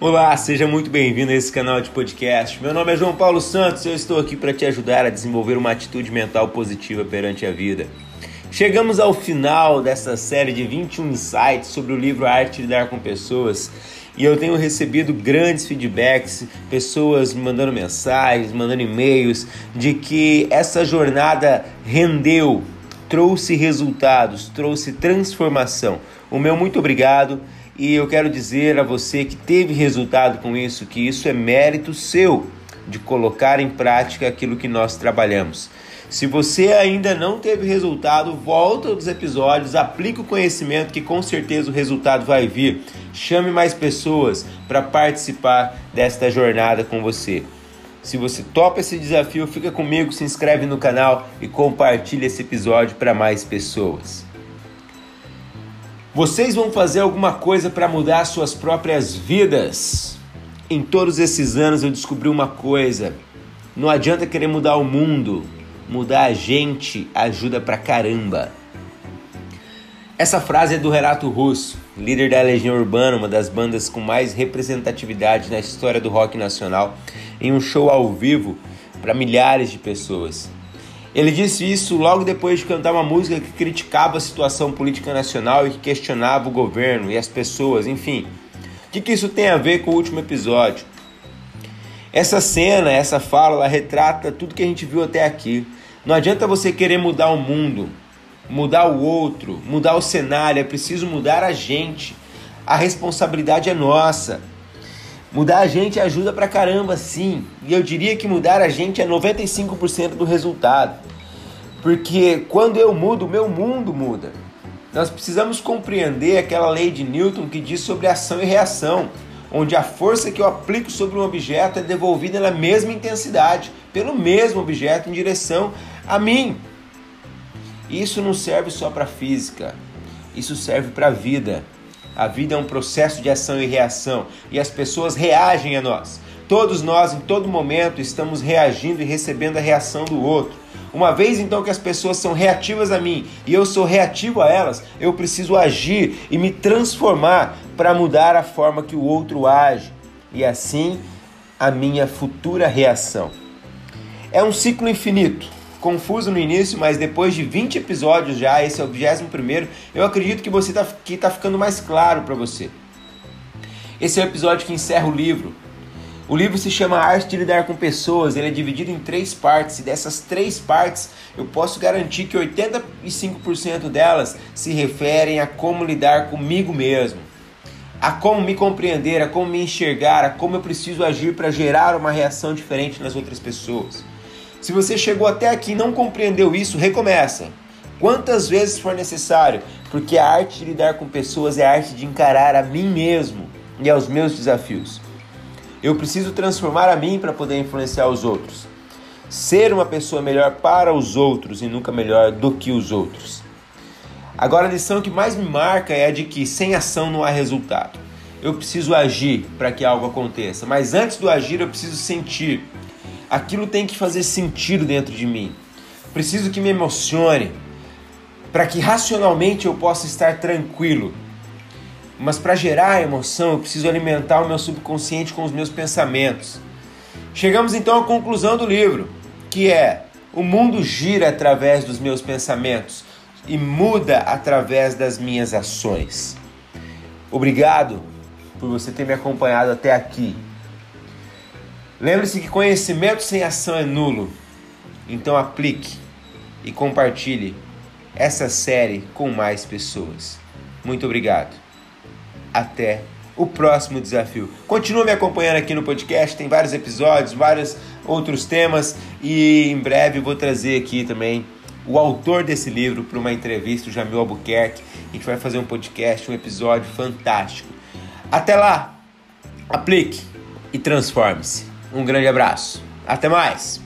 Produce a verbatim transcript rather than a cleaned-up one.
Olá, seja muito bem-vindo a esse canal de podcast. Meu nome é João Paulo Santos e eu estou aqui para te ajudar a desenvolver uma atitude mental positiva perante a vida. Chegamos ao final dessa série de vinte e um insights sobre o livro A Arte de Lidar com Pessoas e eu tenho recebido grandes feedbacks, pessoas me mandando mensagens, mandando e-mails de que essa jornada rendeu, trouxe resultados, trouxe transformação. O meu muito obrigado. E eu quero dizer a você que teve resultado com isso, que isso é mérito seu de colocar em prática aquilo que nós trabalhamos. Se você ainda não teve resultado, volta dos episódios, aplique o conhecimento que com certeza o resultado vai vir. Chame mais pessoas para participar desta jornada com você. Se você topa esse desafio, fica comigo, se inscreve no canal e compartilha esse episódio para mais pessoas. Vocês vão fazer alguma coisa para mudar suas próprias vidas? Em todos esses anos eu descobri uma coisa. Não adianta querer mudar o mundo. Mudar a gente ajuda pra caramba. Essa frase é do Renato Russo, líder da Legião Urbana, uma das bandas com mais representatividade na história do rock nacional, em um show ao vivo para milhares de pessoas. Ele disse isso logo depois de cantar uma música que criticava a situação política nacional e que questionava o governo e as pessoas, enfim. O que, que isso tem a ver com o último episódio? Essa cena, essa fala, ela retrata tudo que a gente viu até aqui. Não adianta você querer mudar o mundo, mudar o outro, mudar o cenário, é preciso mudar a gente. A responsabilidade é nossa. Mudar a gente ajuda pra caramba, sim. E eu diria que mudar a gente é noventa e cinco por cento do resultado. Porque quando eu mudo, o meu mundo muda. Nós precisamos compreender aquela lei de Newton que diz sobre ação e reação, onde a força que eu aplico sobre um objeto é devolvida na mesma intensidade, pelo mesmo objeto em direção a mim. Isso não serve só para física, isso serve para a vida. A vida é um processo de ação e reação e as pessoas reagem a nós. Todos nós, em todo momento, estamos reagindo e recebendo a reação do outro. Uma vez então que as pessoas são reativas a mim e eu sou reativo a elas, eu preciso agir e me transformar para mudar a forma que o outro age e assim a minha futura reação. É um ciclo infinito. Confuso no início, mas depois de vinte episódios já, esse é o vigésimo primeiro, eu acredito que você tá, que tá ficando mais claro para você. Esse é o episódio que encerra o livro. O livro se chama Arte de Lidar com Pessoas, ele é dividido em três partes, e dessas três partes eu posso garantir que oitenta e cinco por cento delas se referem a como lidar comigo mesmo, a como me compreender, a como me enxergar, a como eu preciso agir para gerar uma reação diferente nas outras pessoas. Se você chegou até aqui e não compreendeu isso, recomeça. Quantas vezes for necessário, porque a arte de lidar com pessoas é a arte de encarar a mim mesmo e aos meus desafios. Eu preciso transformar a mim para poder influenciar os outros. Ser uma pessoa melhor para os outros e nunca melhor do que os outros. Agora a lição que mais me marca é a de que sem ação não há resultado. Eu preciso agir para que algo aconteça, mas antes do agir eu preciso sentir. Aquilo tem que fazer sentido dentro de mim. Preciso que me emocione, para que racionalmente eu possa estar tranquilo. Mas para gerar a emoção, eu preciso alimentar o meu subconsciente com os meus pensamentos. Chegamos então à conclusão do livro, que é: o mundo gira através dos meus pensamentos e muda através das minhas ações. Obrigado por você ter me acompanhado até aqui. Lembre-se que conhecimento sem ação é nulo. Então aplique e compartilhe essa série com mais pessoas. Muito obrigado. Até o próximo desafio. Continua me acompanhando aqui no podcast, tem vários episódios, vários outros temas e em breve eu vou trazer aqui também o autor desse livro para uma entrevista, o Jamil Albuquerque. A gente vai fazer um podcast, um episódio fantástico. Até lá, aplique e transforme-se. Um grande abraço. Até mais!